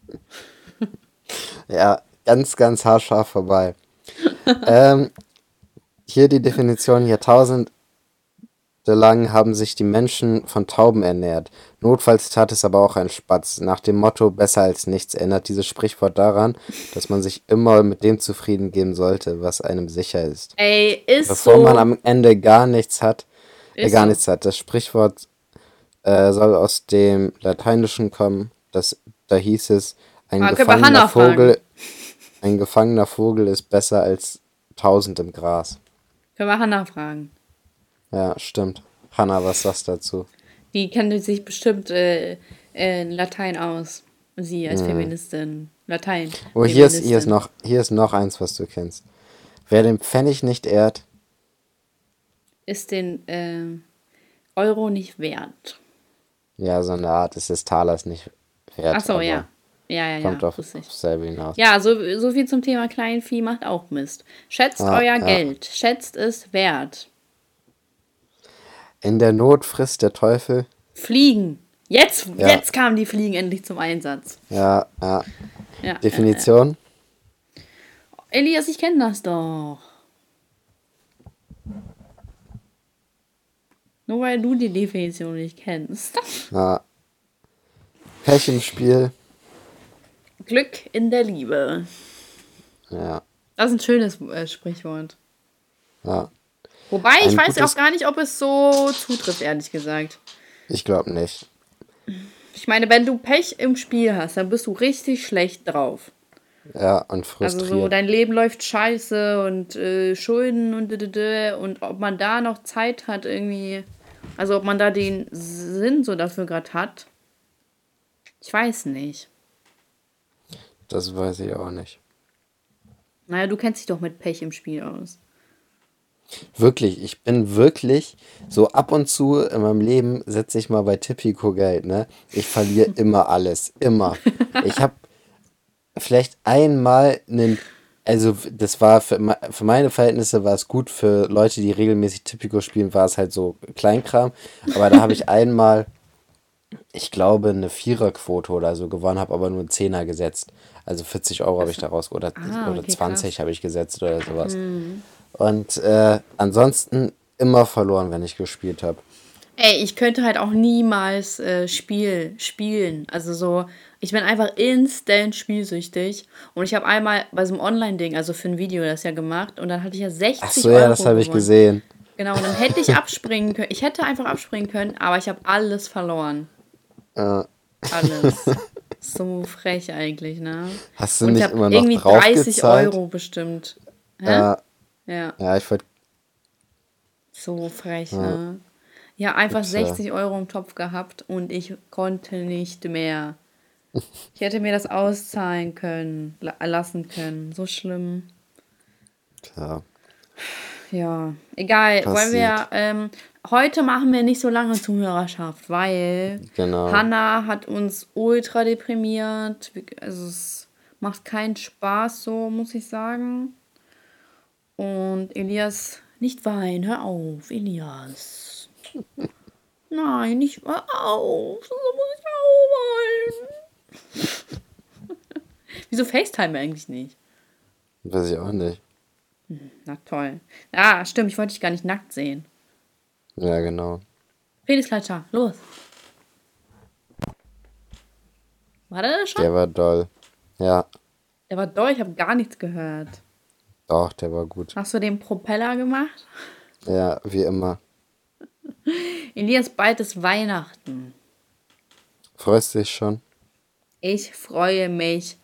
Ja, ganz, ganz haarscharf vorbei. Ähm, Hier die Definition: Jahrtausende lang haben sich die Menschen von Tauben ernährt. Notfalls tat es aber auch ein Spatz. Nach dem Motto besser als nichts erinnert dieses Sprichwort daran, dass man sich immer mit dem zufrieden geben sollte, was einem sicher ist. Ey, ist Bevor man so. am Ende gar nichts hat, Ist gar so. nichts hat. Das Sprichwort soll aus dem Lateinischen kommen. Da hieß es, Ah, können wir Hannah fragen. ein gefangener Vogel ist besser als 1000 im Gras. Können wir Hannah fragen. Ja, stimmt. Hanna, was sagst du dazu? Die kennt sich bestimmt in Latein aus. Sie als Feministin. Latein. Oh, hier ist Feministin. hier ist noch eins, was du kennst. Wer den Pfennig nicht ehrt, Ist den Euro nicht wert. ja, so eine Art ist des Talers nicht wert, Ach so, aber ja. Ja, kommt auf wusste ich. selbe hinaus. Ja, so viel zum Thema Kleinvieh macht auch Mist. Schätzt euer Ja. Geld. Schätzt es wert. In der Not frisst der Teufel. Fliegen. Jetzt Ja, kamen die Fliegen endlich zum Einsatz. ja. Ja. Definition? Elias, ich kenne das doch. Nur weil du die Definition nicht kennst. Ja. Pech im Spiel. Glück in der Liebe. Ja, Das ist ein schönes Sprichwort. ja. Wobei, ich Ein weiß auch gutes, gar nicht, ob es so zutrifft, ehrlich gesagt. ich glaube nicht. Ich meine, wenn du Pech im Spiel hast, dann bist du richtig schlecht drauf. Ja, und Also so, frustriert. dein Leben läuft scheiße und Schulden und ob man da noch Zeit hat irgendwie, also ob man da den Sinn so dafür gerade hat, ich weiß nicht. Das weiß ich auch nicht. Naja, du kennst dich doch mit Pech im Spiel aus. Wirklich, ich bin wirklich so ab und zu in meinem Leben setze ich mal bei Tipico Geld, ne? Ich verliere immer alles, immer. Ich habe vielleicht einmal also das war für meine Verhältnisse war es gut, für Leute, die regelmäßig Tipico spielen, war es halt so Kleinkram, aber da habe ich einmal, ich glaube, eine Viererquote oder so gewonnen, habe aber nur einen Zehner gesetzt. Also 40 Euro habe ich daraus oder Okay, 20 krass. habe ich gesetzt oder sowas. Und ansonsten immer verloren, wenn ich gespielt habe. Ey, ich könnte halt auch niemals spielen. Also so, ich bin einfach instant spielsüchtig. Und ich habe einmal bei so einem Online-Ding, also für ein Video das ja gemacht, und dann hatte ich ja Ach 60 so, ja, das Euro habe ich gewonnen. gesehen. Genau, und dann hätte ich abspringen können. Ich hätte einfach abspringen können, aber ich habe alles verloren. Äh, Alles. So frech eigentlich, ne? Hast du Und ich nicht habe immer noch irgendwie 30 draufgezahlt? Euro bestimmt. Hä? Äh, Ja, ja, ich wollte. so frech, Ja, ne? Ja, einfach tja, 60 Euro im Topf gehabt und ich konnte nicht mehr. Ich hätte mir das auszahlen können, lassen können. So schlimm. tja, Ja, egal. Wollen wir, passiert. heute machen wir nicht so lange Zuhörerschaft, weil Genau. Hannah hat uns ultra deprimiert. Also es macht keinen Spaß, so muss ich sagen. Und Elias, nicht weinen, hör auf, Elias. Nein, nicht, hör auf, so muss ich auch weinen. Wieso FaceTime wir eigentlich nicht? Weiß ich auch nicht. Na toll. Ja, stimmt, ich wollte dich gar nicht nackt sehen. Ja, genau. Penisklatscher, los. War der das schon? Der war doll. Ja, Der war doll, ich habe gar nichts gehört. doch, der war gut. Hast du den Propeller gemacht? Ja, wie immer. Elias, bald ist Weihnachten. Freust dich schon? Ich freue mich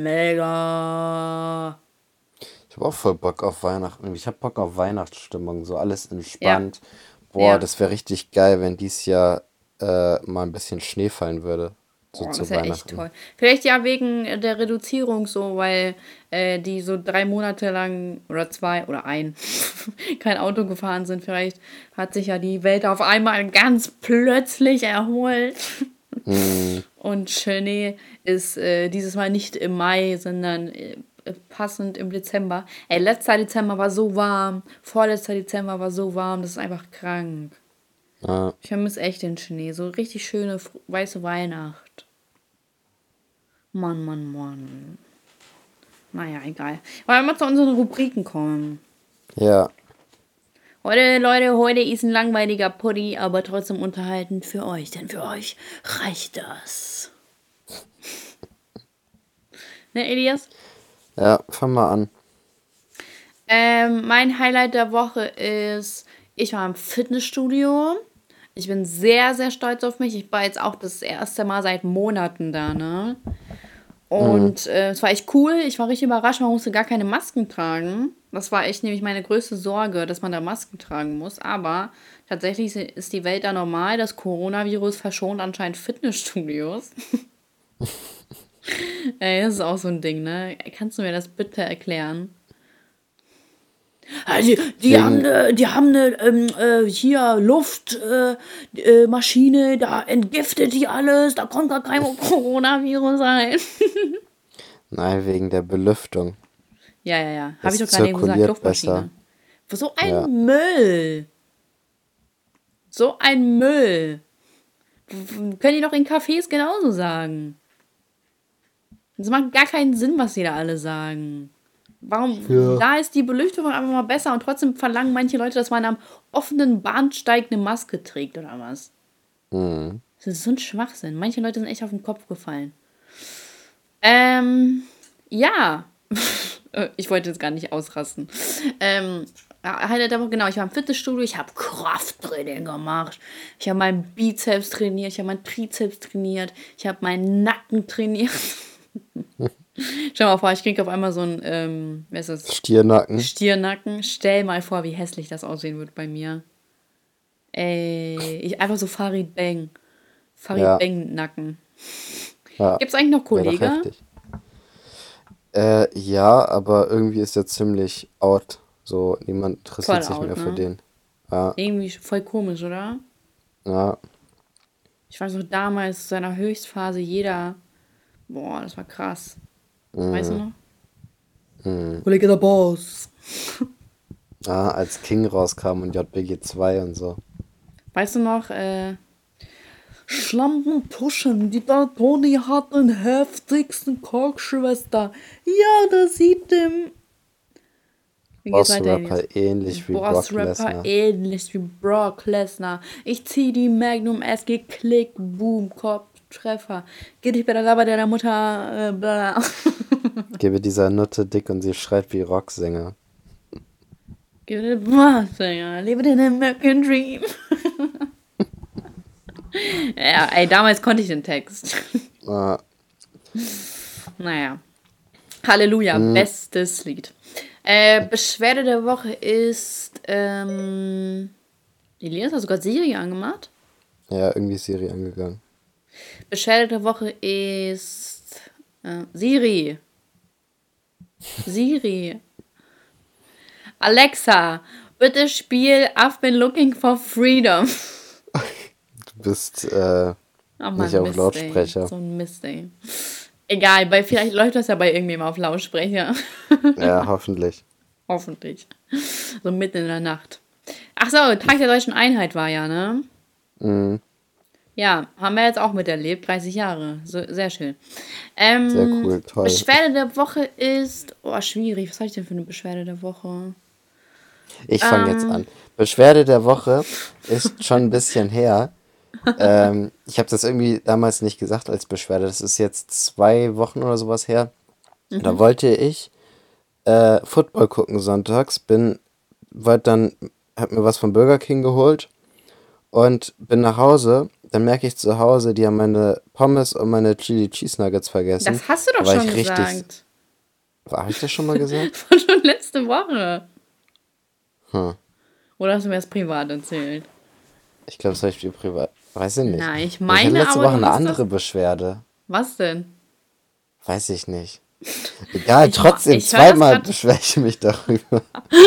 mega. Ich habe auch voll Bock auf Weihnachten. Ich habe Bock auf Weihnachtsstimmung. So alles Ja, entspannt. Boah, Ja. das wäre richtig geil, wenn dies Jahr mal ein bisschen Schnee fallen würde. So Oh, das zu wäre echt Weihnachten. toll. Vielleicht ja wegen der Reduzierung so, weil die so 3 Monate lang oder zwei oder ein kein Auto gefahren sind. Vielleicht hat sich ja die Welt auf einmal ganz plötzlich erholt. Mm, Und Schnee ist dieses Mal nicht im Mai, sondern passend im Dezember. Ey, letzter Dezember war so warm. Vorletzter Dezember war so warm. Das ist einfach krank. ja, Ich vermisse echt den Schnee. So richtig schöne weiße Weihnacht. Mann, Mann, Mann. Naja, egal. Wollen wir mal zu unseren Rubriken kommen? ja, Heute, Leute, heute ist ein langweiliger Puddy, aber trotzdem unterhaltend für euch. Denn für euch reicht das. Ne, Elias? ja, fang mal an. Mein Highlight der Woche ist, ich war im Fitnessstudio. Ich bin sehr, sehr stolz auf mich. Ich war jetzt auch das erste Mal seit Monaten da, ne? Mm, Und es war echt cool. Ich war richtig überrascht, man musste gar keine Masken tragen. Das war echt nämlich meine größte Sorge, dass man da Masken tragen muss. Aber tatsächlich ist die Welt da normal. Das Coronavirus verschont anscheinend Fitnessstudios. Ey, das ist auch so ein Ding, ne? Kannst du mir das bitte erklären? Ja, wegen, die haben eine hier Luftmaschine, Maschine, da entgiftet die alles, da kommt gar kein Coronavirus rein. nein, wegen der Belüftung. Ja, ja, ja. Habe ich Es doch gerade eben gesagt, zirkuliert besser. Luftmaschine. So Ja, ein Müll. So ein Müll. Können die doch in Cafés genauso sagen. Das macht gar keinen Sinn, was die da alle sagen. Warum? ja. Da ist die Belüftung einfach mal besser und trotzdem verlangen manche Leute, dass man am offenen Bahnsteig eine Maske trägt oder was. Mm, Das ist so ein Schwachsinn. Manche Leute sind echt auf den Kopf gefallen. Ja. Ich wollte jetzt gar nicht ausrasten. Highlight der Woche, genau, ich war im Fitnessstudio, ich habe Krafttraining gemacht. Ich habe meinen Bizeps trainiert, ich habe meinen Trizeps trainiert, ich habe meinen Nacken trainiert. Stell mal vor, ich kriege auf einmal so ein, wer ist das? Stiernacken. Stiernacken. Stell mal vor, wie hässlich das aussehen wird bei mir. Ey, einfach so Farid Bang. Farid Ja, Bang Nacken. ja, Gibt's eigentlich noch wäre doch Kollege? heftig. Ja, aber irgendwie ist er ziemlich out. So, niemand interessiert Voll sich out, mehr für ne? den. Ja, Irgendwie voll komisch, oder? ja. Ich weiß noch damals, zu seiner Höchstphase, jeder. Boah, das war krass. Weißt du Mm, noch? mm. Kollege der Boss. Ja, als King rauskam und JBG 2 und so. Weißt du noch, Schlampen pushen, die da Toni hat den heftigsten Kochschwester. Ja, das sieht dem. Wie geht's weiter, Elias? Boss-Rapper ähnlich wie Brock Boss-Rapper Lesnar. ähnlich wie Brock Lesnar. Ich zieh die Magnum SG Klick, Boom, Kopf, Treffer. Geh dich bei der Laber deiner Mutter, bla. Gebe dieser Nutte dick und sie schreit wie Rocksänger. Gib dir was, Digga. Lebe den American Dream. Ja, ey, damals konnte ich den Text. Ah, Naja. Halleluja, mm, bestes Lied. Beschwerde der Woche ist, Elias, hast du gerade Siri angemacht? ja, irgendwie ist Siri angegangen. Beschwerde der Woche ist, Siri. Siri. Alexa, bitte spiel I've been looking for freedom. Du bist Oh nicht Mann, auf Mist, ey. Lautsprecher. So ein Mist, ey. Egal, vielleicht läuft das ja bei irgendjemandem auf Lautsprecher. Ja, hoffentlich. Hoffentlich. So mitten in der Nacht. Ach so, Tag der Deutschen Einheit war ja, ne? Mm, Ja, haben wir jetzt auch miterlebt. 30 Jahre. So, sehr schön. sehr cool, toll. Beschwerde der Woche ist. Oh, schwierig. Was habe ich denn für eine Beschwerde der Woche? Ich fange jetzt an. Beschwerde der Woche ist schon ein bisschen her. Ich habe das irgendwie damals nicht gesagt als Beschwerde. Das ist jetzt 2 Wochen oder sowas her. Da wollte ich Football gucken sonntags. Hab mir was vom Burger King geholt und bin nach Hause. Dann merke ich zu Hause, die haben meine Pommes und meine Chili Cheese Nuggets vergessen. Das hast du Da doch war schon ich richtig. gesagt. Habe ich das schon mal gesagt? Von schon letzte Woche. Hm. Oder hast du mir das privat erzählt? Ich glaube, zum Beispiel privat. Weiß ich nicht. Nein, ich Ich hatte meine, letzte aber Woche du eine hast das. andere Beschwerde. Was denn? Weiß ich nicht. Egal, trotzdem, Ich höre das zweimal gerade. beschwere ich mich darüber.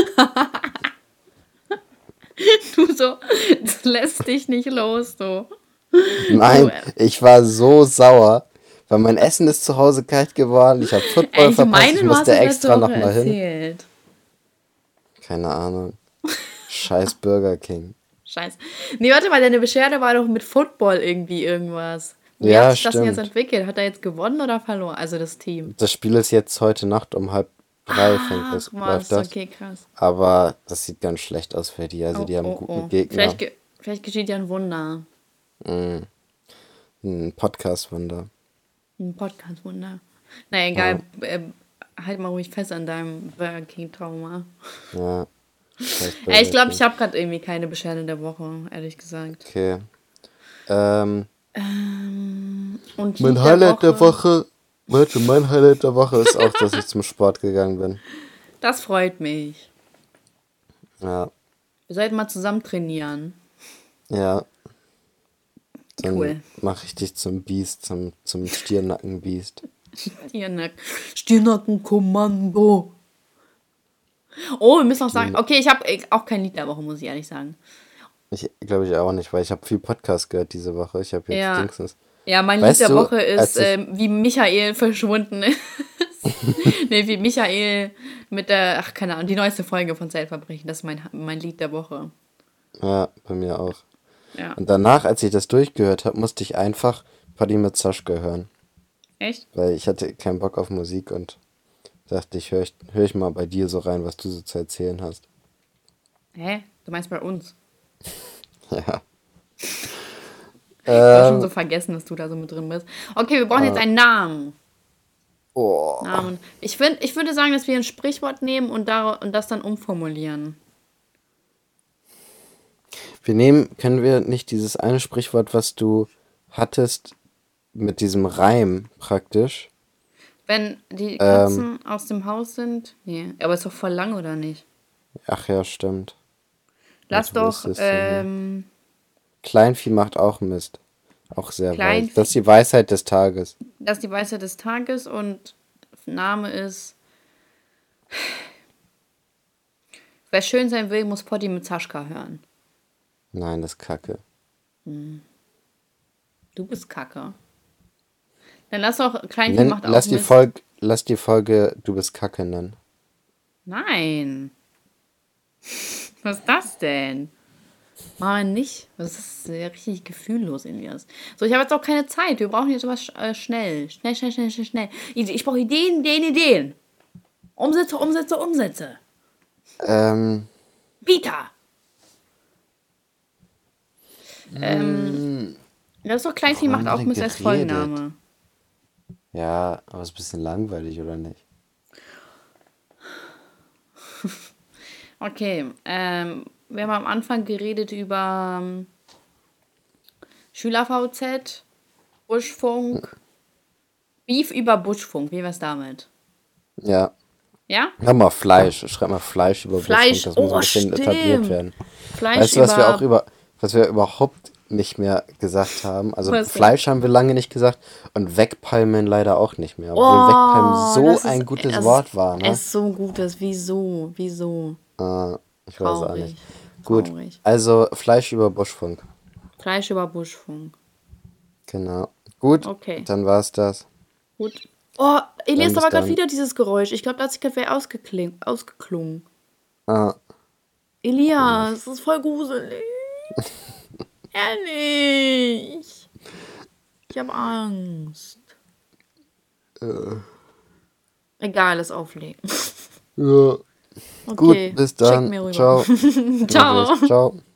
Du so, das lässt dich nicht los, du. Du, Nein, ich war so sauer, weil mein Essen ist zu Hause kalt geworden. Ich habe Football ich verpasst, meine, ich du hast musste es letzte extra Woche nochmal hin. erzählt. Keine Ahnung. Scheiß Burger King. Scheiße. Nee, warte mal, deine Beschwerde war doch mit Football irgendwie irgendwas. Wie hat Ja, sich das denn jetzt stimmt. entwickelt? Hat er jetzt gewonnen oder verloren? Also das Team. Das Spiel ist jetzt heute Nacht um 2:30 Ach, läuft was, das. okay, krass. Aber das sieht ganz schlecht aus für die. Also Oh, die haben einen oh, guten oh. Gegner. Vielleicht geschieht ja ein Wunder. Ein Podcast-Wunder. Ein Podcast-Wunder. Na egal, Ja, halt mal ruhig fest an deinem Burger King-Trauma. ja. Scheiß Ich Burger glaube, ich King. habe gerade irgendwie keine Beschwerde der Woche, ehrlich gesagt. Okay. Ähm, Und mein Lied der Highlight der Woche, Woche. Warte, mein Highlight der Woche ist auch, dass ich zum Sport gegangen bin. das freut mich. Ja, Wir sollten mal zusammen trainieren. ja. Dann Cool. mache ich dich zum Biest, zum Stirnackenbiest. Stirnackenkommando. Oh, wir müssen noch sagen. Stirn Okay, ich habe auch kein Lied der Woche, muss ich ehrlich sagen. Ich glaube ich auch nicht, weil ich habe viel Podcast gehört diese Woche. Ich habe jetzt Ja. Dingsens. Ja, mein Lied Weißt der du, Woche ist, als ich. wie Michael verschwunden ist. Nee, wie Michael mit der, ach, keine Ahnung, die neueste Folge von Zeitverbrechen. Das ist mein Lied der Woche. Ja, bei mir auch. Ja. Und danach, als ich das durchgehört habe, musste ich einfach Paddy mit Saschka hören. Echt? Weil ich hatte keinen Bock auf Musik und dachte, hör ich mal bei dir so rein, was du so zu erzählen hast. Hä? Du meinst bei uns? Ja. Ich habe schon so Ähm, vergessen, dass du da so mit drin bist. Okay, wir brauchen jetzt einen Namen. oh. Namen. Ich würde sagen, dass wir ein Sprichwort nehmen und das dann umformulieren. Können wir nicht dieses eine Sprichwort, was du hattest, mit diesem Reim praktisch? Wenn die Ähm, Katzen aus dem Haus sind. Nee, aber ist doch voll lang, oder nicht? ach ja, stimmt. Lass Warte, wo ist doch das denn hier? Kleinvieh macht auch Mist. Auch sehr weise. Das Kleinvieh. ist die Weisheit des Tages. Das ist die Weisheit des Tages und Name ist. Wer schön sein will, muss Potti mit Zaschka hören. Nein, das ist Kacke. Du bist Kacke. Dann lass doch Kleinvieh macht auch Lass Mist. lass die Folge Du bist Kacke nennen. Nein. Was ist das denn? Mal nicht. Das ist sehr richtig gefühllos in mir. So, ich habe jetzt auch keine Zeit. Wir brauchen jetzt was schnell. Schnell, schnell, schnell, schnell, schnell. Ich brauche Ideen, Ideen, Ideen. Umsätze, Umsätze, Umsätze. Ähm, Vita. Das ist doch Kleinvieh worüber macht haben auch wir Mist denn als geredet? Folgenname. Ja, aber ist ein bisschen langweilig, oder nicht? Okay. Wir haben am Anfang geredet über Schüler-VZ, Buschfunk, Beef über Buschfunk. Wie wär's damit? Ja. Ja? Hör mal Fleisch. Schreib mal Fleisch über Buschfunk. Fleisch. Das muss ein Oh, bisschen etabliert stimmt. werden. Fleisch Weißt du, über. was wir überhaupt nicht mehr gesagt haben? Also Was denn? Fleisch haben wir lange nicht gesagt und wegpalmen leider auch nicht mehr. Obwohl wegpalmen Oh, so ein gutes das Wort war, ist, ne? ist so gutes. Wieso? Wieso? Ich weiß auch nicht. Traurig. Gut, Traurig. also Fleisch über Buschfunk. Fleisch über Buschfunk. Genau. Gut, Okay. dann war's das. Gut. Oh, Dann Elias, da bis war gerade dann. wieder dieses Geräusch. Ich glaube, da hat sich gerade wer ausgeklungen. Ah, Elias, das ist voll gruselig. Ehrlich. Ich habe Angst. Egal, lass auflegen. ja. Okay, Gut, bis schick dann. mir rüber. Ciao. Ciao. Ciao.